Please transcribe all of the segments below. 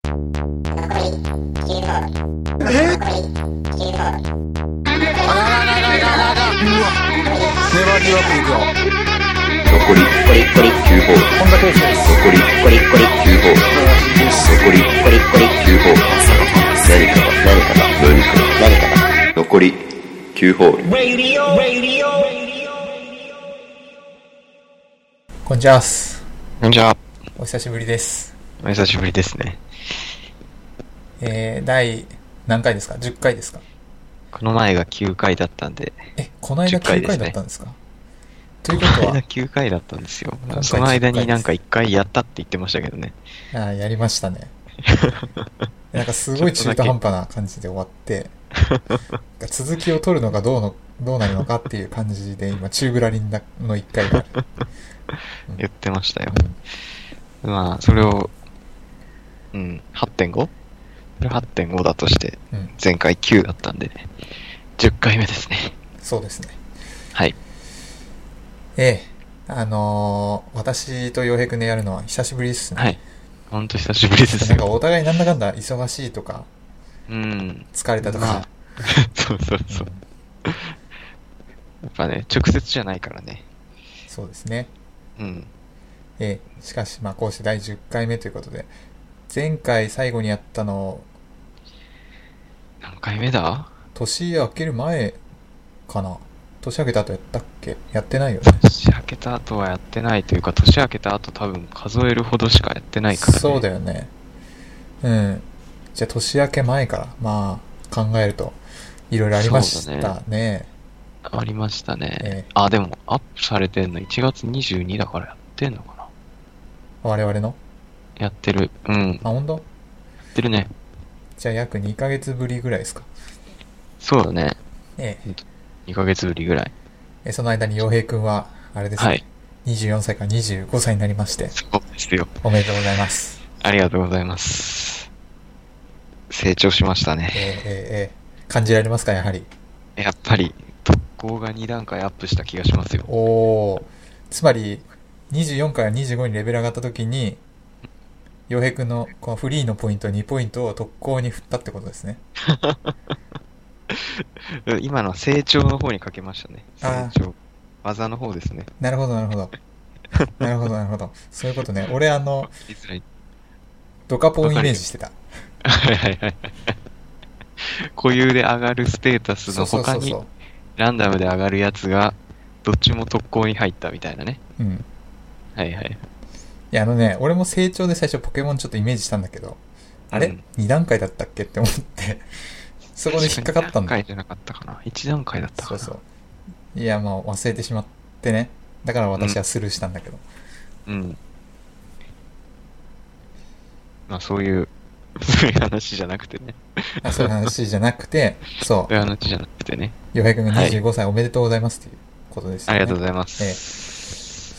粘りよくいくよ。 残り9ホール。 こんだけです。 残り9ホール。残り9ホール。何かが。残り9ホール。 こんにちは。 こんにちは。 お久しぶりです。 お久しぶりですね。 第何回ですか？ 10 回ですか？ この前が9回だったんで。 この間9回だったんですか？ということは。 この間9回だったんですよ。その間になんか1回やったって言ってましたけどね。 やりましたね。なんかすごい中途半端な感じで終わって、続きを取るのがどうなるのかっていう感じで、今、中ぶらりんの1回がある。 言ってましたよ。まあ、それを、8.5？ 8.5 だとして、前回9だったんで、10回目ですね。 そうですね。 はい。 私と洋平くんでやるのは久しぶりですね。 はい。ほんと久しぶりですよ。 なんかお互いなんだかんだ忙しいとか、疲れたとか。 まあ、そう。やっぱね、直接じゃないからね。 そうですね。しかし、こうして第10回目ということで、前回最後にやったの、 何回目だ？ 年明ける前かな。年明けた後やったっけ？やってないよね。 年明けた後はやってないというか、年明けた後多分数えるほどしかやってないからね。 そうだよね。じゃあ年明け前から、考えると、いろいろありましたね。 ありましたね。でも、アップされてんの1月22だからやってんのかな？ 我々の？ やってる。 ほんと？ やってるね。 じゃあ約2ヶ月ぶりぐらいですか？ そうだね。2ヶ月ぶりぐらい。 その間に洋平くんは、あれですね。はい。24歳から25歳になりまして。 そうですよ。 おめでとうございます。 ありがとうございます。成長しましたね。 感じられますか、やはり。 やっぱり、特攻が2段階アップした気がしますよ。 つまり、24から25にレベル上がった時に、洋平くんのこのフリーのポイント2ポイントを特攻に振ったってことですね。 今のは成長の方にかけましたね。成長。技の方ですね。 なるほど。そういうことね。俺ドカポンイメージしてた。 固有で上がるステータスの他に、ランダムで上がるやつが、どっちも特攻に入ったみたいなね。 いや俺も成長で最初ポケモンちょっとイメージしたんだけど、あれ ?2 段階だったっけって思って、そこで引っかかったんだ。 2段階じゃなかったかな。1段階だったかな。 そう。いや、忘れてしまってね。だから私はスルーしたんだけど。 そういう話じゃなくてね。 そういう話じゃなくて、 そういう話じゃなくてね。 洋平くんが25歳おめでとうございますということですよね。 ありがとうございます。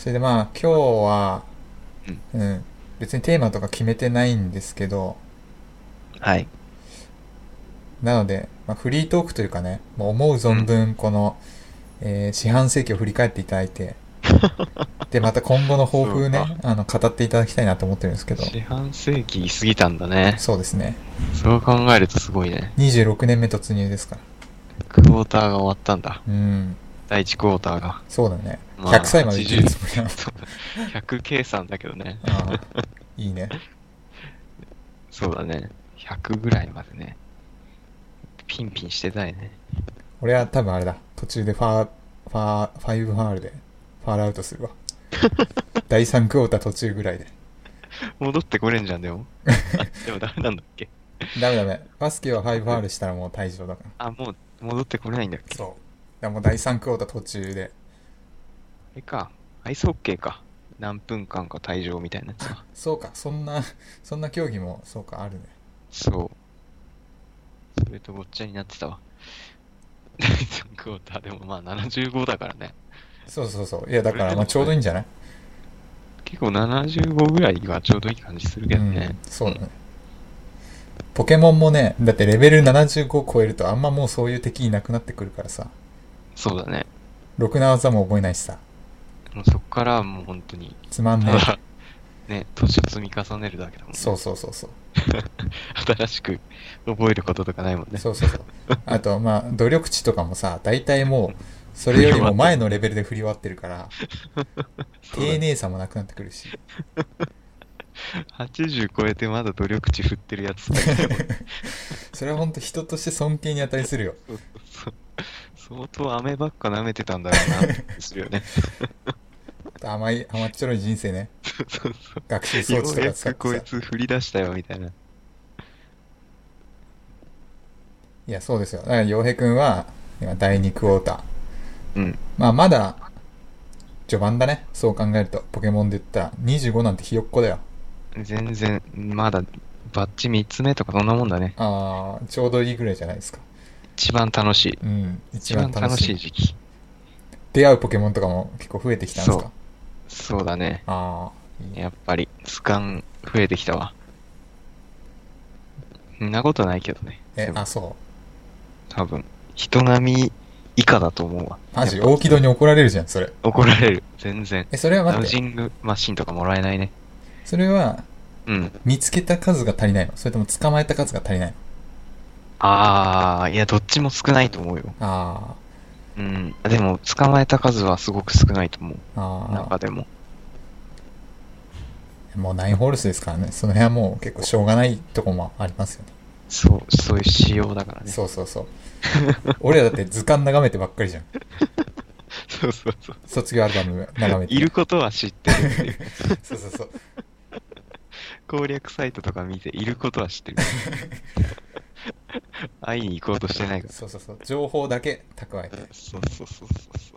それで今日は、別にテーマとか決めてないんですけど、 はい。 なので、フリートークというかね、思う存分この、四半世紀を振り返っていただいて、で、また今後の抱負ね、語っていただきたいなと思ってるんですけど。 四半世紀過ぎたんだね。 そうですね。 そう考えるとすごいね。 26年目突入ですから。 クォーターが終わったんだ。第1クォーターが。 そうだね。100歳まで生きるつもりなの。 100計算だけどね。 いいね。 そうだね。100ぐらいまでね。ピンピンしてたいね。 俺は多分あれだ。途中で5ファールでファールアウトするわ。第3クォーター途中ぐらいで。 戻ってこれんじゃん、でも。でもダメなんだっけ？ ダメ。バスケは5ファールしたらもう退場だから。 もう戻ってこれないんだっけ？ そう。だからもう第3クォーター途中で。 あれか。アイスホッケーか。何分間か退場みたいなやつか。 そうか。そんな競技も、そうか、あるね。 そう。それとごっちゃになってたわ。第3クォーターでも75だからね。 そう。いや、だからちょうどいいんじゃない？ 結構75ぐらいがちょうどいい感じするけどね。 そうだね。ポケモンもね、だってレベル75超えるとあんまもうそういう敵いなくなってくるからさ。 そうだね。 ろくな技も覚えないしさ。 もうそっからもう本当に。 つまんねね、年を積み重ねるだけだもんね。 そうそうそうそう。 新しく覚えることとかないもんね。 そうそうそう。あと、まあ、努力値とかもさ、大体もう、それよりも前のレベルで振り終わってるから、丁寧さもなくなってくるし。 80超えてまだ努力値振ってるやつだけど。 それは本当人として尊敬に値するよ。 そうそうそう相当飴ばっか舐めてたんだろうなってするよね。 甘っちょろい人生ね。 そうそう。 学習装置とかよう使ってさ。 やくこいつ振り出したよみたいな。 いや、そうですよ。だから、洋平くんは、今、第2クォーター。 うん。 まあ、まだ、序盤だね。そう考えると。ポケモンで言ったら、25なんてひよっこだよ。 全然、まだ、バッチ3つ目とかそんなもんだね。 あー、ちょうどいいぐらいじゃないですか。 一番楽しい。 うん、 一番楽しい時期。 出会うポケモンとかも結構増えてきたんですか？ そうだね。 ああ、いいね。 やっぱり、図鑑増えてきたわ。んなことないけどね。でもそう。 多分、人並み以下だと思うわ。 マジ、 やっぱ大木戸に怒られるじゃん、それ。 怒られる。全然。 それはハ待って。 ウジングマシンとかもらえないね。 それは、 うん。 見つけた数が足りないの？それとも捕まえた数が足りないの？ いや、どっちも少ないと思うよ。 あうん。でも、捕まえた数はすごく少ないと思う。 あ、 中でも。 もう9ホールスですからね。その辺はもう結構しょうがないとこもありますよね。 そういう仕様だからね。 そうそうそう。俺らだって図鑑眺めてばっかりじゃん。 そうそうそう。 卒業アルバム眺めて。 いることは知ってるっていう。 そうそうそう。 攻略サイトとか見て、いることは知ってる。会いに行こうとしてないから。 そうそうそう。情報だけ蓄えて。 そうそうそうそうそう。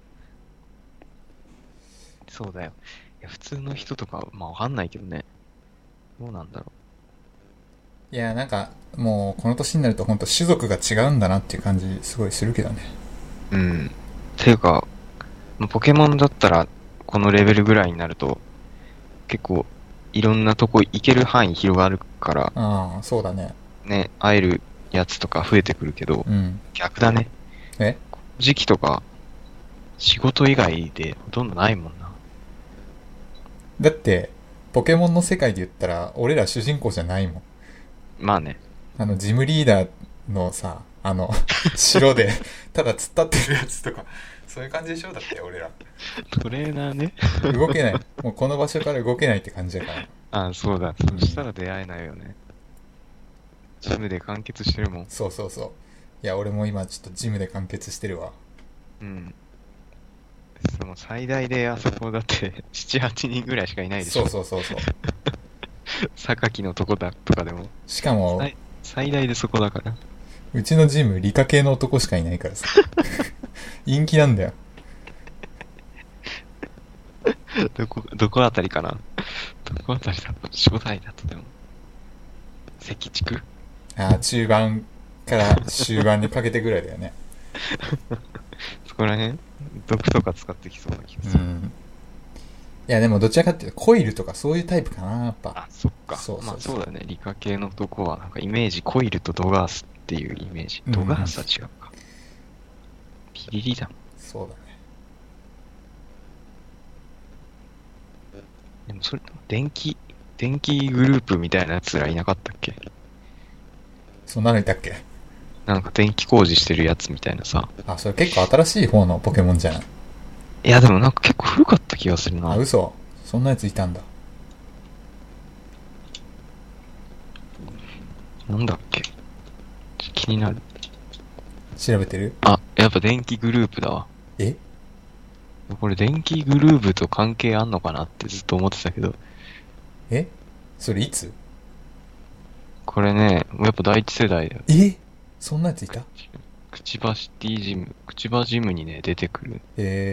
そうだよ。いや、普通の人とか、まあわかんないけどね。どうなんだろいや、なんか、もうこの年になると本当種族が違うんだなっていう感じすごいするけどね。 う。うん。ていうか、ポケモンだったら、このレベルぐらいになると、結構、いろんなとこ行ける範囲広がるから、 ああ、そうだね。 ね、会えるやつとか増えてくるけど、 うん。 逆だね。 え時期とか、仕事以外でほとんどないもんな。 だって、ポケモンの世界で言ったら、俺ら主人公じゃないもん。 まあね。 ジムリーダーのさ、城で、ただ突っ立ってるやつとか、そういう感じでしょ？だって、俺ら。 トレーナーね。 動けない。もうこの場所から動けないって感じだから。 あ、そうだ。そしたら出会えないよね。ジムで完結してるもん。 そうそうそう。いや、俺も今ちょっとジムで完結してるわ。 うん。その最大であそこだって7、8人ぐらいしかいないでしょ。 そうそうそうそう。 榊のとこだとかでも。 しかも、 最大でそこだから。 うちのジム理科系の男しかいないからさ。陰気なんだよ。 どこあたりかな。どこあたりだと、初代だとでも。赤竹中盤から終盤にかけてぐらいだよね。 そこら辺毒とか使ってきそうな気がする。 うん。いや、でもどちらかっていうと、コイルとかそういうタイプかな、やっぱ。 あ、そっか。 そうそうそう。 まあそうだね。理科系のとこは、なんかイメージ、コイルとドガースっていうイメージ。ドガースは違うか。ピリリだもん。 そうだね。 でもそれ、電気グループみたいなやつらいなかったっけ？ そんなのいたっけ？ なんか電気工事してるやつみたいなさ。 あ、それ結構新しい方のポケモンじゃない？ いやでもなんか結構古かった気がするな。 嘘。そんなやついたんだ。 なんだっけ？気になる。 調べてる？ あ、やっぱ電気グループだわ。 え？ これ電気グループと関係あんのかなってずっと思ってたけど。 え？それいつ？ これね、やっぱ第一世代だよ。 そんなやついた？ くちばシティジム、くちばジムにね、出てくる。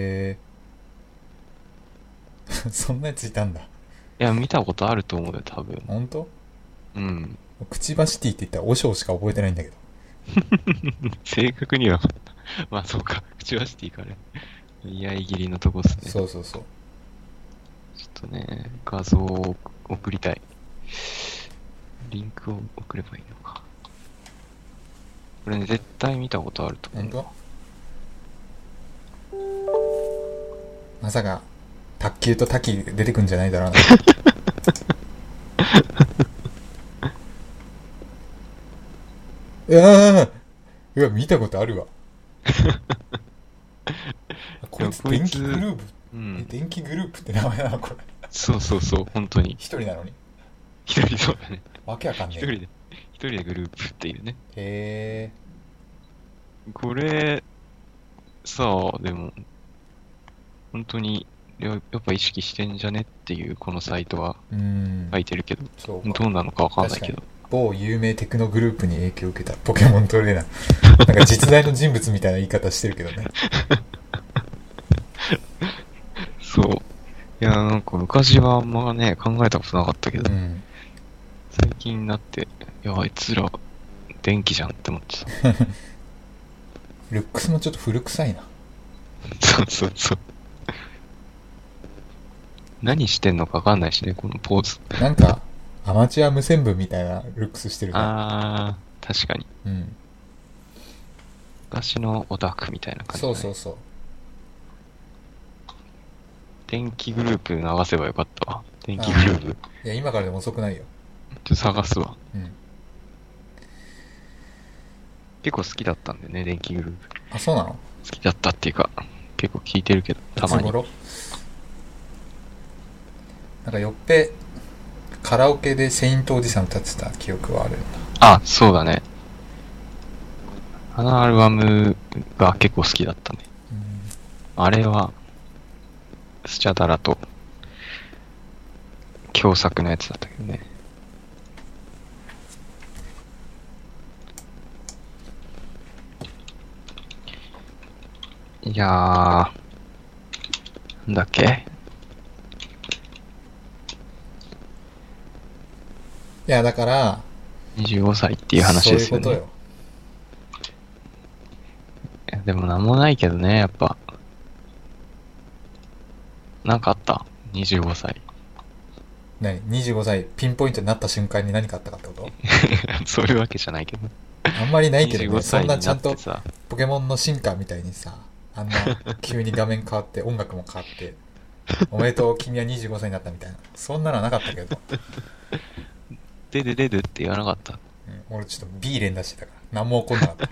そんなやついたんだ。 いや、見たことあると思うよ、多分。 ほんと？ うん。 くちばシティって言ったらオショウしか覚えてないんだけど。 正確には、まあそうか、くちばシティかね。居合切りのとこっすね。 そうそうそう。 ちょっとね、画像を送りたい。リンクを送ればいいのか。これね、絶対見たことあると思う。 ほんと？まさか、卓球と滝出てくんじゃないだろうな。 うわうわ、見たことあるわ。こいつ電気グループ、電気グループって名前なのこれ。 そうそうそう、本当に。 一人なのに。 一人そうだね。 わけわかんねえ。 一人でグループっていうね。 へこれ、さあ、でも、本当に、やっぱ意識してんじゃねっていう、このサイトはー。 書いてるけど、 そうどうなのかわかんないけど。 某有名テクノグループに影響を受けたポケモントレーナー。なんか実在の人物みたいな言い方してるけどね。 そう。いや、なんか昔はあんまね、考えたことなかったけど、最近になって、いや、あいつら、電気じゃんって思ってた。 ルックスもちょっと古臭いな。 そうそうそう。何してんのかわかんないしね、このポーズ。 なんか、アマチュア無線部みたいなルックスしてるね。 あー、確かに。 うん。 昔のオタクみたいな感じ、 そうそうそう。 電気グループ流せばよかったわ。電気グループ。 いや、今からでも遅くないよ。 ちょっと探すわ。 うん。 結構好きだったんだよね、電気グループ。 あ、そうなの？ 好きだったっていうか、結構聞いてるけど、たまに。 いつ頃？なんかよっぺ、カラオケでセイントおじさん歌ってた記憶はあるんだ。 あ、そうだね。あのアルバムが結構好きだったね。あれは、スチャダラと、共作のやつだったけどね。いやー、なんだっけ？ いや、だから、 25歳っていう話ですよね。 そういうことよ。 いやでもなんもないけどね、やっぱ。なんかあった ?25 歳。 何 ?25 歳ピンポイントになった瞬間に何かあったかってこと？ そういうわけじゃないけど。 あんまりないけどね。 25 そ歳になんなちゃんとってさ、 ポケモンの進化みたいにさ、あんな急に画面変わって音楽も変わっておめでとう君は25歳になったみたいな、そんなのはなかったけど、 ででででって言わなかった。 俺ちょっと B 連打してたから何も起こんなかった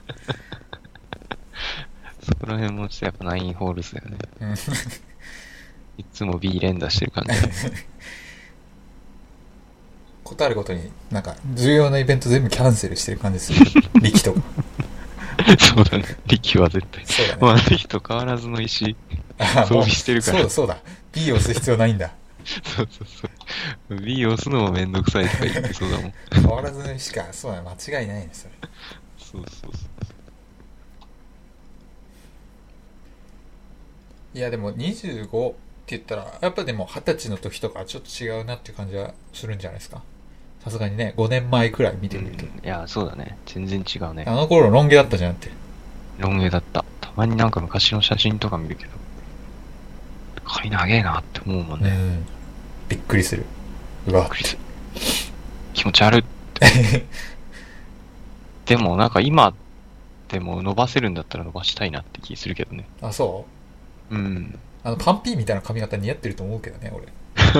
そこら辺もちょっとやっぱ9ホールズだよね。 うんいつも B 連打してる感じ。 ことあるごとになんか重要なイベント全部キャンセルしてる感じする力とか。 そうだね。力は絶対。 そうだね。 まあ、力と変わらずの石、装備してるから。 そうだ。B を押す必要ないんだ。 そうそうそう。B を押すのもめんどくさいとか言ってそうだもん。 変わらずの石か。そうだね。間違いないね、それ。 そうそうそう。 いや、でも25って言ったら、やっぱでも20歳の時とかちょっと違うなっていう感じはするんじゃないですか。さすがにね、5年前くらい見てみると。 いや、そうだね。全然違うね。 あの頃ロン毛だったじゃんって。 ロン毛だった。たまになんか昔の写真とか見るけど、髪長えなって思うもんね。 びっくりする。うわ。 びっくりする。気持ち悪い。でもなんか今でも伸ばせるんだったら伸ばしたいなって気するけどね。 あ、そう？ うん。 パンピーみたいな髪型似合ってると思うけどね、俺。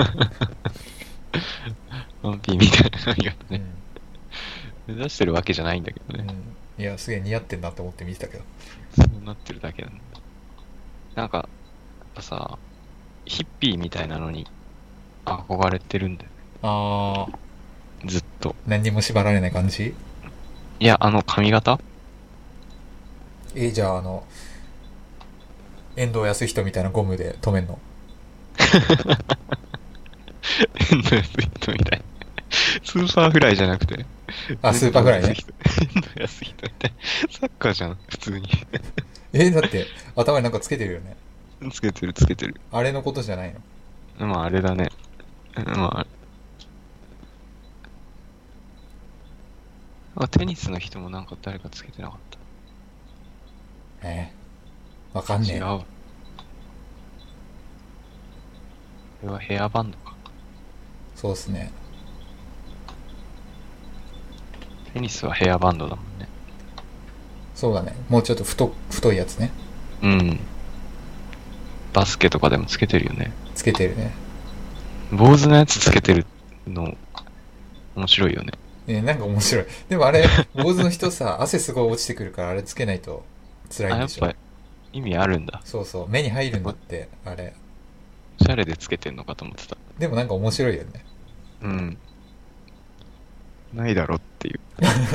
パンピーみたいな髪型ね。目指してるわけじゃないんだけどね。 いや、すげえ似合ってんなって思って見てたけど。 そうなってるだけなんだ。なんか、やっぱさ、ヒッピーみたいなのに憧れてるんだよね。 あー。 ずっと。 何にも縛られない感じ？ いや、髪型？ じゃあ遠藤康人みたいなゴムで止めんの？ 遠藤康人みたいな。スーパーフライじゃなくて。 あ、スーパーフライね。 遠藤康人みたいな。サッカーじゃん、普通に。 だって、頭になんかつけてるよね。 つけてるつけてる。 あれのことじゃないの？ まあ、あれだね。まあ、テニスの人もなんか誰かつけてなかった。 わかんねえ。 違う。これはヘアバンドか。 そうっすね。 テニスはヘアバンドだもんね。 そうだね。もうちょっと太いやつね。 うん。バスケとかでもつけてるよね。 つけてるね。 坊主のやつつけてるの、面白いよね。 なんか面白い。でもあれ、坊主の人さ、汗すごい落ちてくるからあれつけないと辛いんでしょ。 やっぱ意味あるんだ。 そうそう、目に入るんだって、あれ。 おしゃれでつけてんのかと思ってた。 でもなんか面白いよね。 うん。ないだろっていう。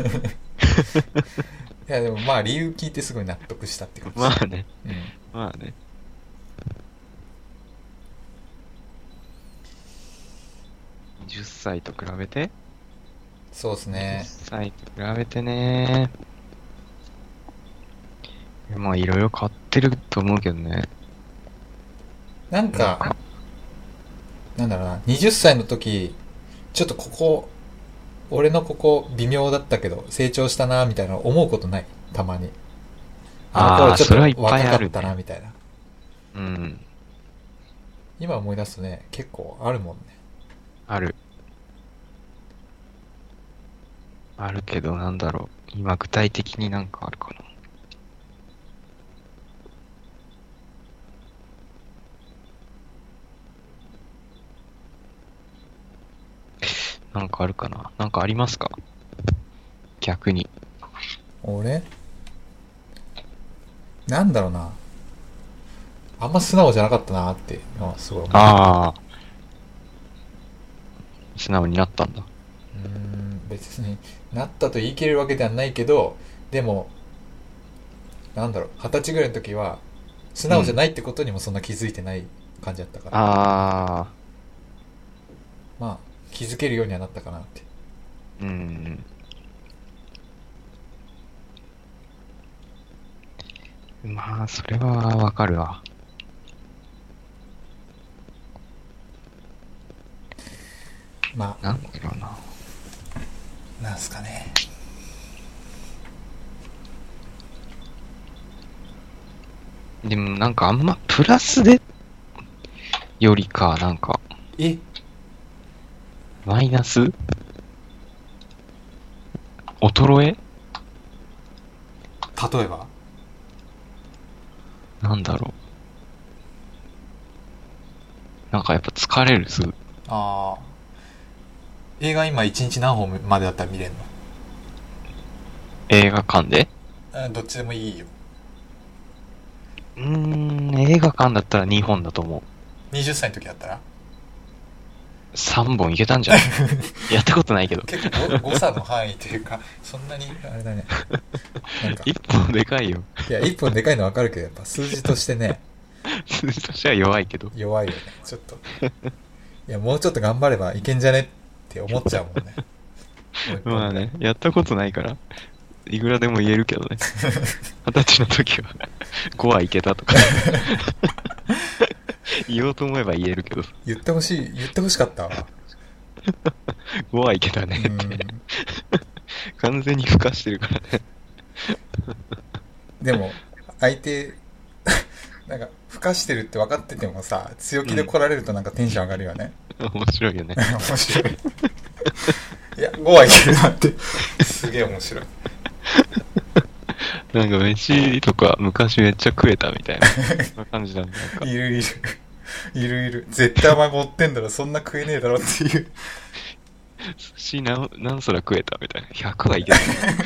いやでもまあ理由聞いてすごい納得したって感じ。 まあね。 うん。 まあね。20歳と比べてそうですね。 10歳と比べてね。まあいろいろ変わってると思うけどね。 なんか、なんだろうな、20歳の時、ちょっと俺のここ微妙だったけど、成長したな、みたいな思うことないたまに。あの頃ちょっそれはいっとぱいあるね若かったな、みたいな。 うん。 今思い出すとね、結構あるもんね。 ある。あるけどなんだろう。今具体的になんかあるかな。なんかあるかな。なんかありますか？逆に。 俺なんだろうな。あんま素直じゃなかったなってのはすごい思う。 ああ。素直になったんだ。 別になったと言い切れるわけではないけど、でも、なんだろう、20歳ぐらいの時は、素直じゃないってことにもそんな気づいてない感じだったから、 ああ。 まあ、気づけるようにはなったかなって。 うん。まあ、それはわかるわ。 まあ、 なんだろうな。 なんすかね。 でもなんかあんまプラスでよりか、なんか、 えマイナス衰え例えばなんだろう。なんかやっぱ疲れるすぐ。 ああ。映画今1日何本までだったら見れんの？ 映画館でどっちでもいいよ。 映画館だったら2本だと思う。 20歳の時だったら 3本いけたんじゃないやったことないけど。 結構誤差の範囲というか、そんなに、あれだね。なんか、 1本でかいよ。 いや、1本でかいの分かるけど、やっぱ数字としてね、 数字としては弱いけど。 弱いよね、ちょっと。いや、もうちょっと頑張ればいけんじゃねって思っちゃうもんね。 まあね、やったことないから、いくらでも言えるけどね。20歳の時は5はいけたとか。言おうと思えば言えるけど。 言ってほしかったわ。 5はいけたねって。 うん。 完全に孵化してるからね。 でも、相手、なんか、孵化してるって分かっててもさ、強気で来られるとなんかテンション上がるよね。 面白いよね。 面白い。いや、5はいけるなって。すげえ面白い。 なんか飯とか昔めっちゃ食えたみたいな、そんな感じなんだ。なんかいるいる。いるいる。絶対お前持ってんだろ、そんな食えねえだろっていう。 寿司何皿食えたみたいな。100はいけた。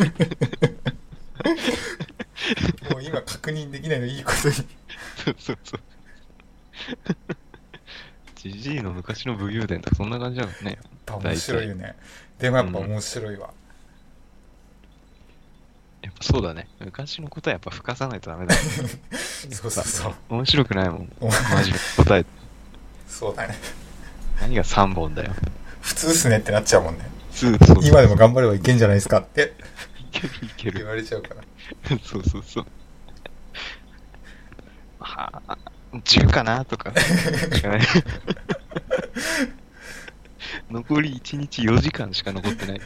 もう今確認できないのいいことに。 そう。ジジイの昔の武勇伝とかそんな感じだもんね。 面白いよね。でもやっぱ面白いわ。 やっぱそうだね。昔のことはやっぱ吹かさないとダメだ、ね。 そう。 面白くないもん。マジで答え。 そうだね。 何が3本だよ。 普通っすねってなっちゃうもんね。 そう。 今でも頑張ればいけんじゃないですかっていける。 言われちゃうから。 そう。はあ、10かなとか。残り1日4時間しか残ってない。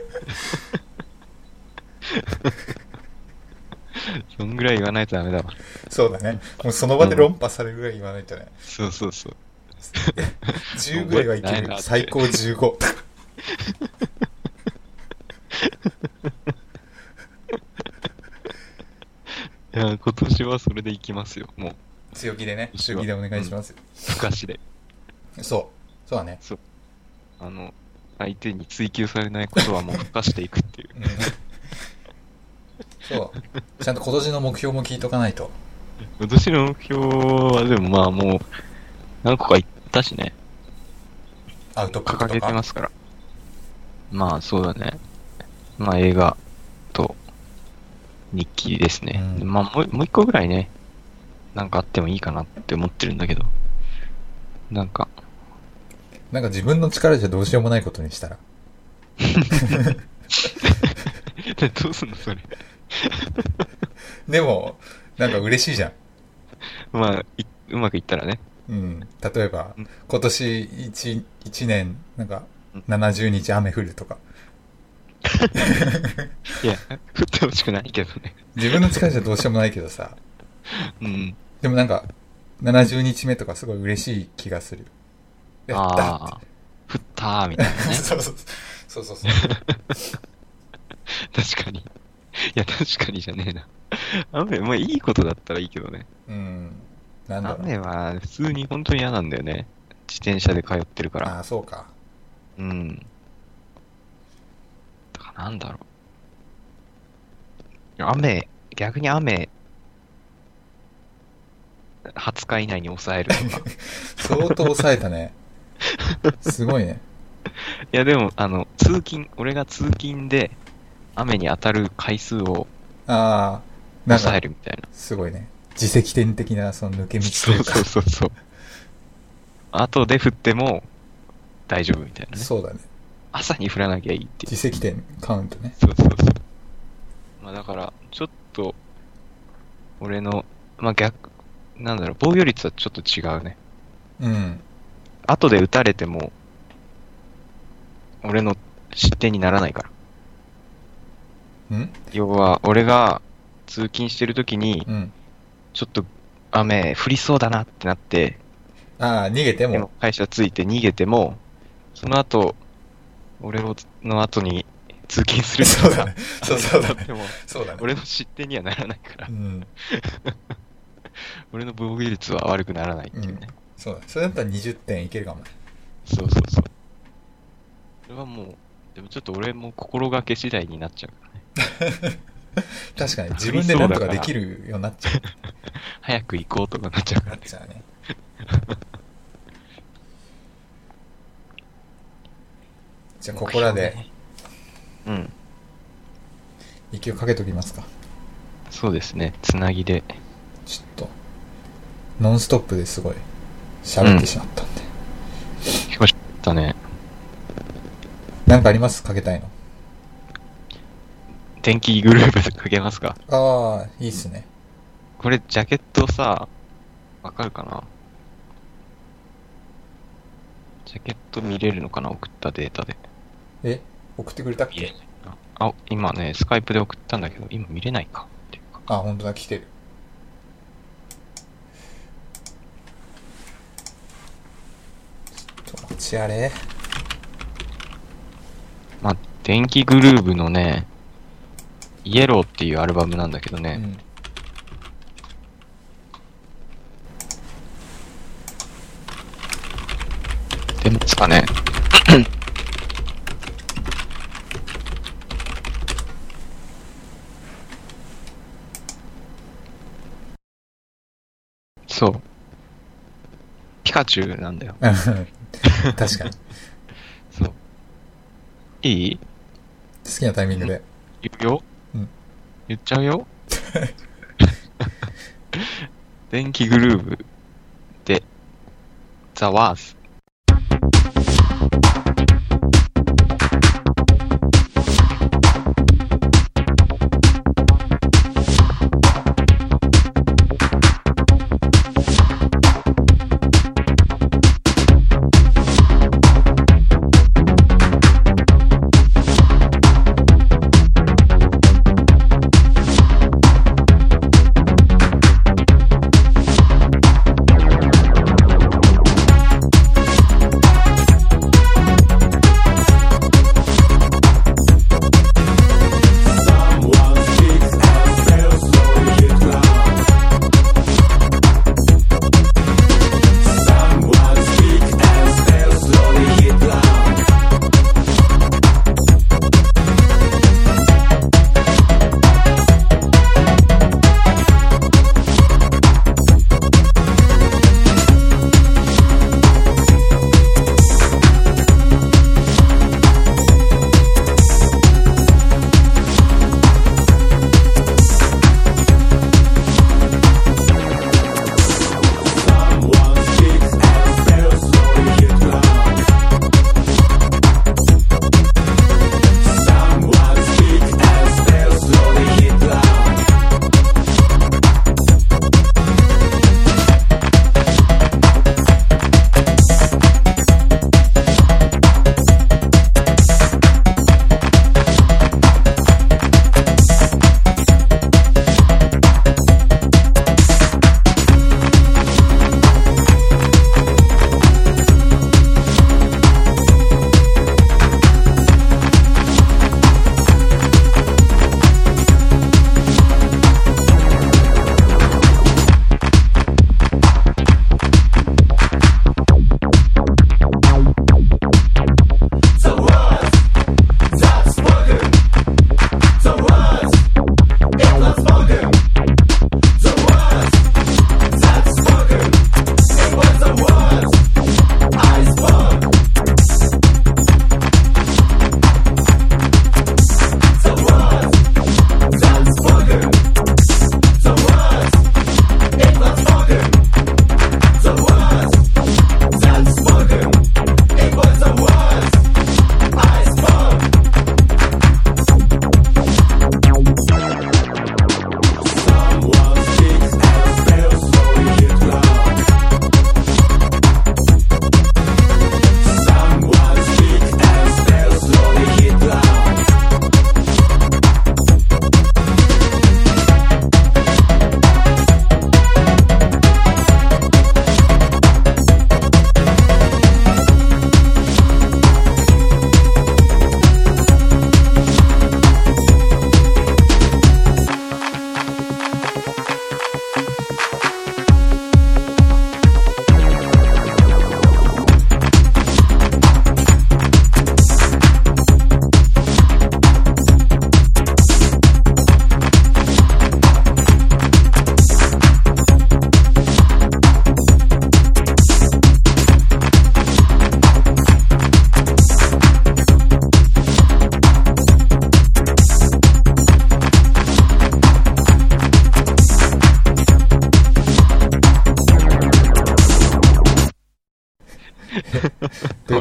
そんぐらい言わないとダメだわ。 そうだね。もうその場で論破されるぐらい言わないとね。 そう。 10ぐらいはいけるよ。最高15。 いや、今年はそれでいきますよ、もう。 強気でね。強気でお願いしますよ。 昔で。 そうだね。 相手に追求されないことはもう付加していくっていう。 うんそうちゃんと今年の目標も聞いとかないと。 今年の目標はでもまあもう何個か言ったしね。 アウトプット掲げてとかますから。まあそうだね。まあ映画と日記ですね。 うんまあもう一個ぐらいね、なんかあってもいいかなって思ってるんだけど。なんか、 なんか自分の力じゃどうしようもないことにしたら。 どうすんのそれ。 でも、なんか嬉しいじゃん。 まあ、うまくいったらね。 うん。例えばうん、 今年一年、なんか、70日雨降るとか。 いや、降ってほしくないけどね。 自分の力じゃどうしようもないけどさ。 うん。 でもなんか、70日目とかすごい嬉しい気がする。やったああ、降ったーみたいなね。 そうそうそうそう。 確かに。いや、確かにじゃねえな。雨、まあいいことだったらいいけどね。 うん。なんだろう。 雨は普通に本当に嫌なんだよね。自転車で通ってるから。 ああ、そうか。 うん。だからなんだろう。雨、逆に雨、20日以内に抑えるとか。 相当抑えたね。すごいね。 いやでも、俺が通勤で雨に当たる回数をああ、なん抑えか、 るみたいな。 すごいね。自責点的な、その抜け道というか。 そう。後で降っても大丈夫みたいなね。 そうだね。 朝に降らなきゃいいっていう。 自責点カウントね。 そう。まあだから、ちょっと、俺の、まあなんだろう、防御率はちょっと違うね。 うん。 後で打たれても、俺の失点にならないから。要は、俺が通勤してる時にう、ん。 ちょっと雨降りそうだなってなって、 ああ、逃げてでもも。 会社着いて逃げても、その後、俺の後に通勤する人がそうだね。そうだね。 でも、 そうだね。 俺の失点にはならないからう、ん。 俺の防御率は悪くならないっていうね。 そうだ。それだったら20点いけるかもね。 そう。それはもう、でもちょっと俺も心がけ次第になっちゃうからね。 確かに自分でなんとかできるようになっちゃう。 早く行こうとかなっちゃうかならね。 っちゃうね。じゃあここらでうん。 息をかけときますか。 そうですね。つなぎで。 ちょっと、ノンストップですごい喋ってしまったんで。 聞こえたね。 なんかありますかけたいの。 電気グループかけますか？ ああ、いいっすね。 これ、ジャケットさ、わかるかな？ジャケット見れるのかな？送ったデータで。 え、送ってくれたっけ？ 見れないな。あ、今ね、スカイプで送ったんだけど、今見れないかっていうか。 あ、本当だ、来てる。ちょっと待ちあれ。 まあ、電気グルーヴのね、イエローっていうアルバムなんだけどね、 うん。 出ますかね。そう。ピカチュウなんだよ。 確かに。 そう。いい？ 好きなタイミングで。 言うよ、 うん言っちゃうよ電気グルーヴで、ザ・ワース。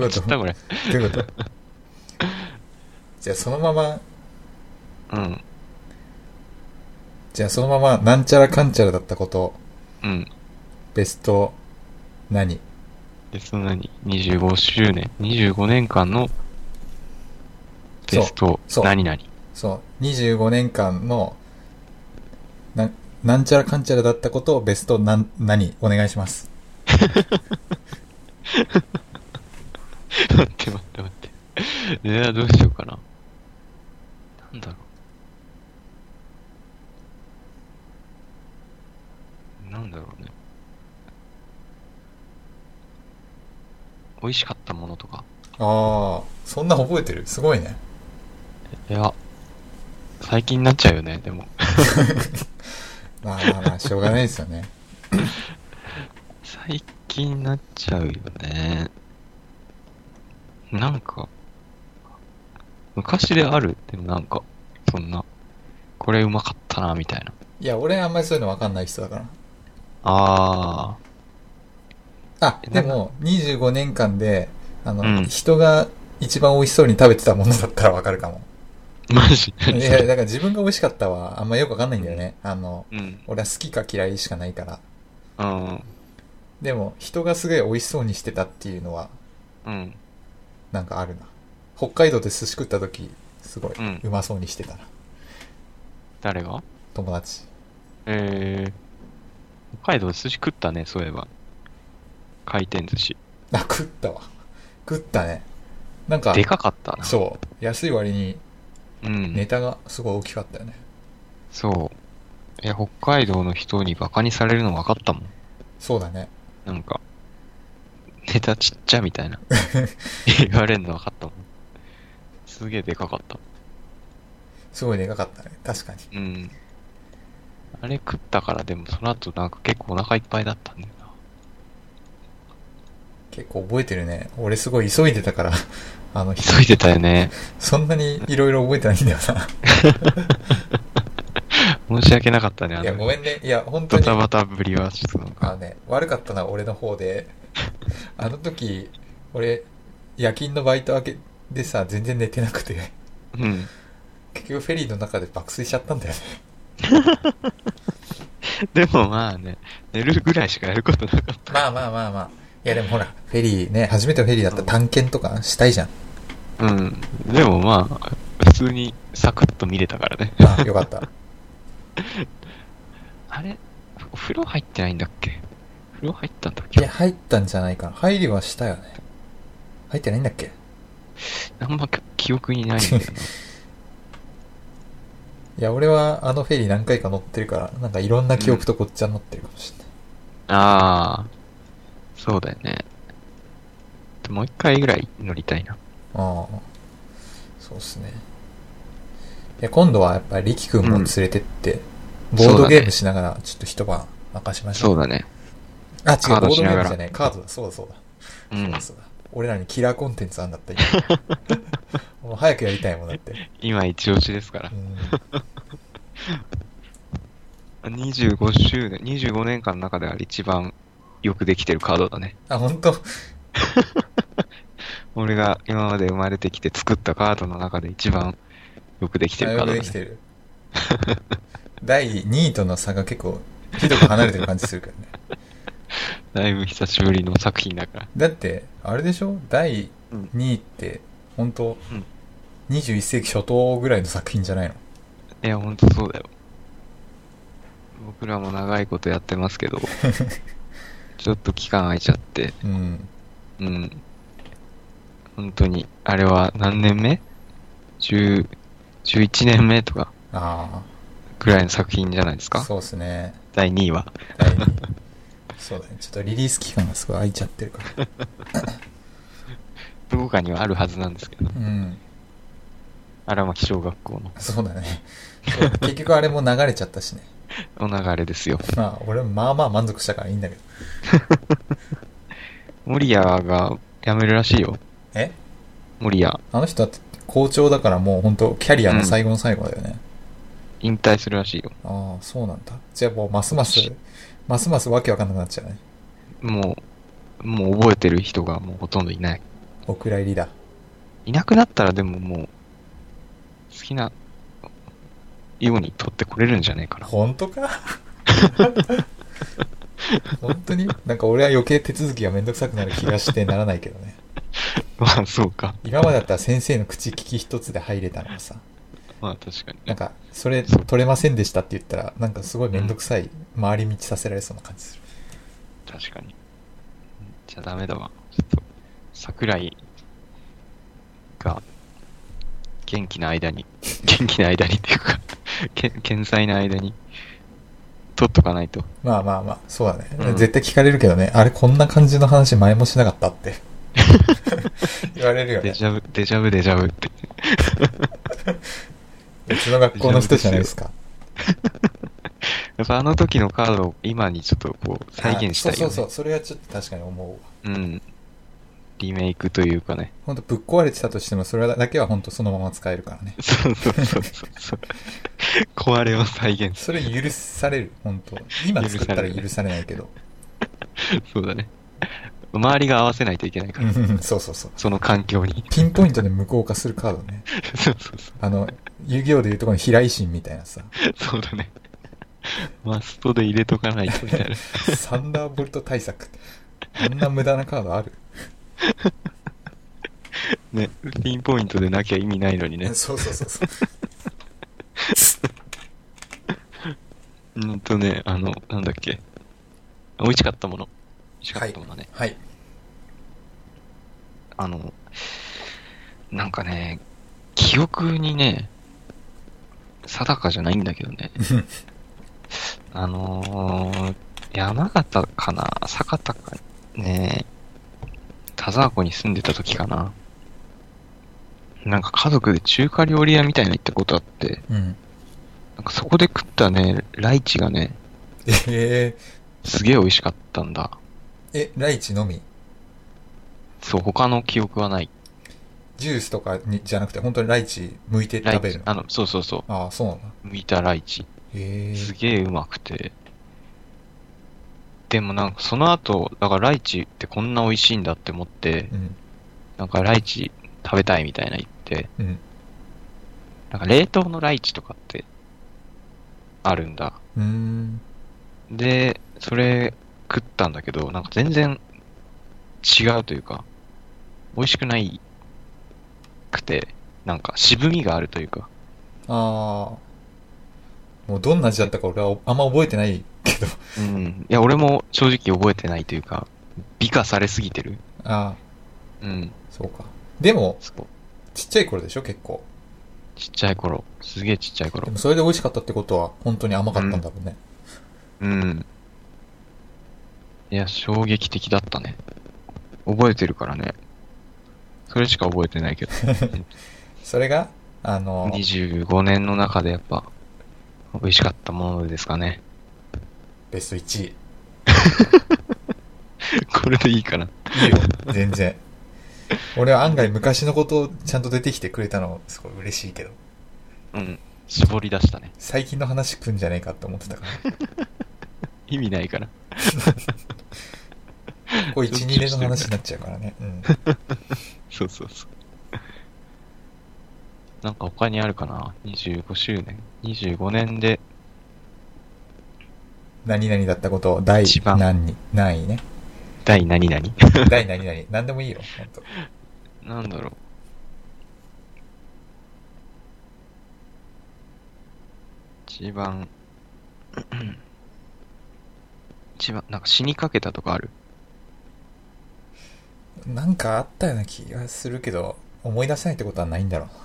いうことっちゃったこれ。 どういうことじゃあそのまま、 うん。 じゃあそのままなんちゃらかんちゃらだったこと、 うん。 ベスト何？ で、そんなに25周年、25年間のベストそう何々。 そう、25年間のなんちゃらかんちゃらだったことをベスト何お願いします。 待って待って待って。どうしようかな。なんだろう。なんだろうね。美味しかったものとか。 ああ、そんな覚えてる？すごいね。 いや、最近になっちゃうよね、でも。 まあまあまあ、しょうがないですよね。 最近になっちゃうよね。なんか、昔である。でもなんか、そんな、これうまかったな、みたいな。 いや、俺あんまりそういうの分かんない人だから。 ああ、でも、25年間で、 うん人が一番美味しそうに食べてたものだったら分かるかも。 ー、マジいや、だから自分が美味しかったはあんまよく分かんないんだよね。 うん。 俺は好きか嫌いしかないから。 うん。 でも、人がすごい美味しそうにしてたっていうのは、 うん。 なんかあるな。北海道で寿司食った時、すごい、 うんうまそうにしてたな。 誰が？ 友達。 北海道で寿司食ったね、そういえば。回転寿司。 あ、食ったわ。食ったね。なんか、 でかかったな。 そう。安い割に、 うん。 ネタがすごい大きかったよね。 そう。北海道の人にバカにされるの分かったもん。 そうだね。 なんか、ネタちっちゃみたいな。言われるの分かったもん。すげえでかかった。 すごいでかかったね。確かに。 うん。あれ食ったからでもその後なんか結構お腹いっぱいだったんだよな。 結構覚えてるね。俺すごい急いでたから、 急いでたよね。 そんなにいろいろ覚えてないんだよな。 申し訳なかったね、 いや、ごめんね。いや、本当に。 バタバタぶりはちょっとなんか。 悪かったのは俺の方で、あの時、俺、夜勤のバイト明けでさ、全然寝てなくて、 うん。 結局フェリーの中で爆睡しちゃったんだよね。 でもまあね、寝るぐらいしかやることなかった。 まあまあまあまあ。いやでもほら、フェリーね、初めてのフェリーだったら探検とかしたいじゃん。 うん。でもまあ、普通にサクッと見れたからね。 まあ、よかった。 あれお風呂入ってないんだっけ？風呂入ったんだっけ？ いや、入ったんじゃないかな。入りはしたよね。入ってないんだっけ？ あんま記憶にないんだよな。 いや、俺はあのフェリー何回か乗ってるから、なんかいろんな記憶とごっちゃに乗ってるかもしれない。 ああ、そうだよね。もう一回ぐらい乗りたいな。 ああ、そうっすね。いや、今度はやっぱり力くんも連れてって、ボードゲームしながらちょっと一晩明かしましょう。 そうだね。 あ、違う、 カードボーしながらドゲームじゃない、カードだ、そうだそうだ。 うんそうだそうだ。俺らにキラーコンテンツあんだった、今。もう早くやりたいもんだって。 今一押しですからう。ん。 25周年、25年間の中では一番よくできてるカードだね。 あ、ほんと？ 俺が今まで生まれてきて作ったカードの中で一番よくできてるカードだね。 よくできてる。第2位との差が結構ひどく離れてる感じするけどね。 だいぶ久しぶりの作品だから。 だって、あれでしょ？第2位って、ほんと、21世紀初頭ぐらいの作品じゃないの？ いや、ほんとそうだよ。僕らも長いことやってますけど、ちょっと期間空いちゃって、 うん。 うん。本当に、あれは何年目？ 11年目とか、 あぐらいの作品じゃないですあ、 か。 そうっすね。 第2位は。 第2位。そうだね。ちょっとリリース期間がすごい空いちゃってるから。 どこかにはあるはずなんですけど。 うん。 荒牧小学校のそうだね。そう結局あれも流れちゃったしね。 お流れですよ。 まあ、俺もまあまあ満足したからいいんだけど。 森谷が辞めるらしいよ。 え？ 森谷。 あの人だって校長だからもう本当キャリアの最後の最後だよね。 引退するらしいよ。 ああ、そうなんだ。じゃあもうますますわけわかんなくなっちゃうね。 もう覚えてる人がもうほとんどいない。 お蔵入りだ。 いなくなったらでももう、好きなように取ってこれるんじゃねえかな。 本当か本当になんか俺は余計手続きがめんどくさくなる気がしてならないけどね。 まあ、そうか。 今までだったら先生の口利き一つで入れたのがさ、 まあ、確かに。 なんか、それ取れませんでしたって言ったら、なんかすごいめんどくさい回り道させられそうな感じする。 確かに。じゃあダメだわ。ちょっと、桜井が、元気な間にっていうか、健在な間に、取っとかないと。 まあまあまあ、そうだね。 うん、 絶対聞かれるけどね、あれこんな感じの話前もしなかったって。言われるよね。 デジャブって。 別の学校の人じゃないですか。 やっぱあの時のカードを今にちょっとこう再現したいよね。 そう、それはちょっと確かに思うわ。 うん。リメイクというかね。 ほんとぶっ壊れてたとしても、それだけはほんとそのまま使えるからね。 そう。壊れを再現それ許される、ほんと。今作ったら許されないけど。 そうだね。周りが合わせないといけないから。 そう。 その環境に。 ピンポイントで無効化するカードね。 そう。 遊戯王でいうところの飛来神みたいなさ。 そうだね。マストで入れとかないとみたいな。 サンダーボルト対策。あんな無駄なカードある？ ね、ピンポイントでなきゃ意味ないのにね。 そう。 なんだっけ。美味しかったもの。美味しかったものね。 はい。 なんかね、記憶にね、定かじゃないんだけどね。山形かな酒田かね、田沢湖に住んでた時かな。なんか家族で中華料理屋みたいなの行ったことあって、なんかそこで食ったね、ライチがね、すげえ美味しかったんだ。 ライチのみ？ そう、他の記憶はない。 ジュースとかじゃなくて、本当にライチ剥いて食べるの？ そう。 ああ、そうなんだ。 剥いたライチ。すげえうまくて。でもなんかその後、だからライチってこんな美味しいんだって思って、なんかライチ食べたいみたいな言って、なんか冷凍のライチとかってあるんだ。で、それ食ったんだけど、なんか全然違うというか、美味しくないくて、なんか渋みがあるというか。 もうどんな味だったか俺はあんま覚えてないけど。 いや、俺も正直覚えてないというか、美化されすぎてる。そうか。でも、ちっちゃい頃でしょ、結構。 ちっちゃい頃。すげえちっちゃい頃。 でもそれで美味しかったってことは、本当に甘かったんだろうね。 いや、衝撃的だったね。覚えてるからね。それしか覚えてないけど。 それが 25年の中でやっぱ、美味しかったものですかね。 ベスト1位。 これでいいかな。 いいよ、全然。俺は案外昔のことをちゃんと出てきてくれたのすごい嬉しいけど。 絞り出したね。 最近の話くんじゃねえかって思ってたから。 意味ないから。 これ1、2年の話になっちゃうからね。 そう。なんか他にあるかな ?25 周年。25年で。 何々だったことを第何位ね。 第何々 第何々。何でもいいよ、ほんと。 なんだろう。一番、なんか死にかけたとかある？ なんかあったような気がするけど、思い出せないってことはないんだろ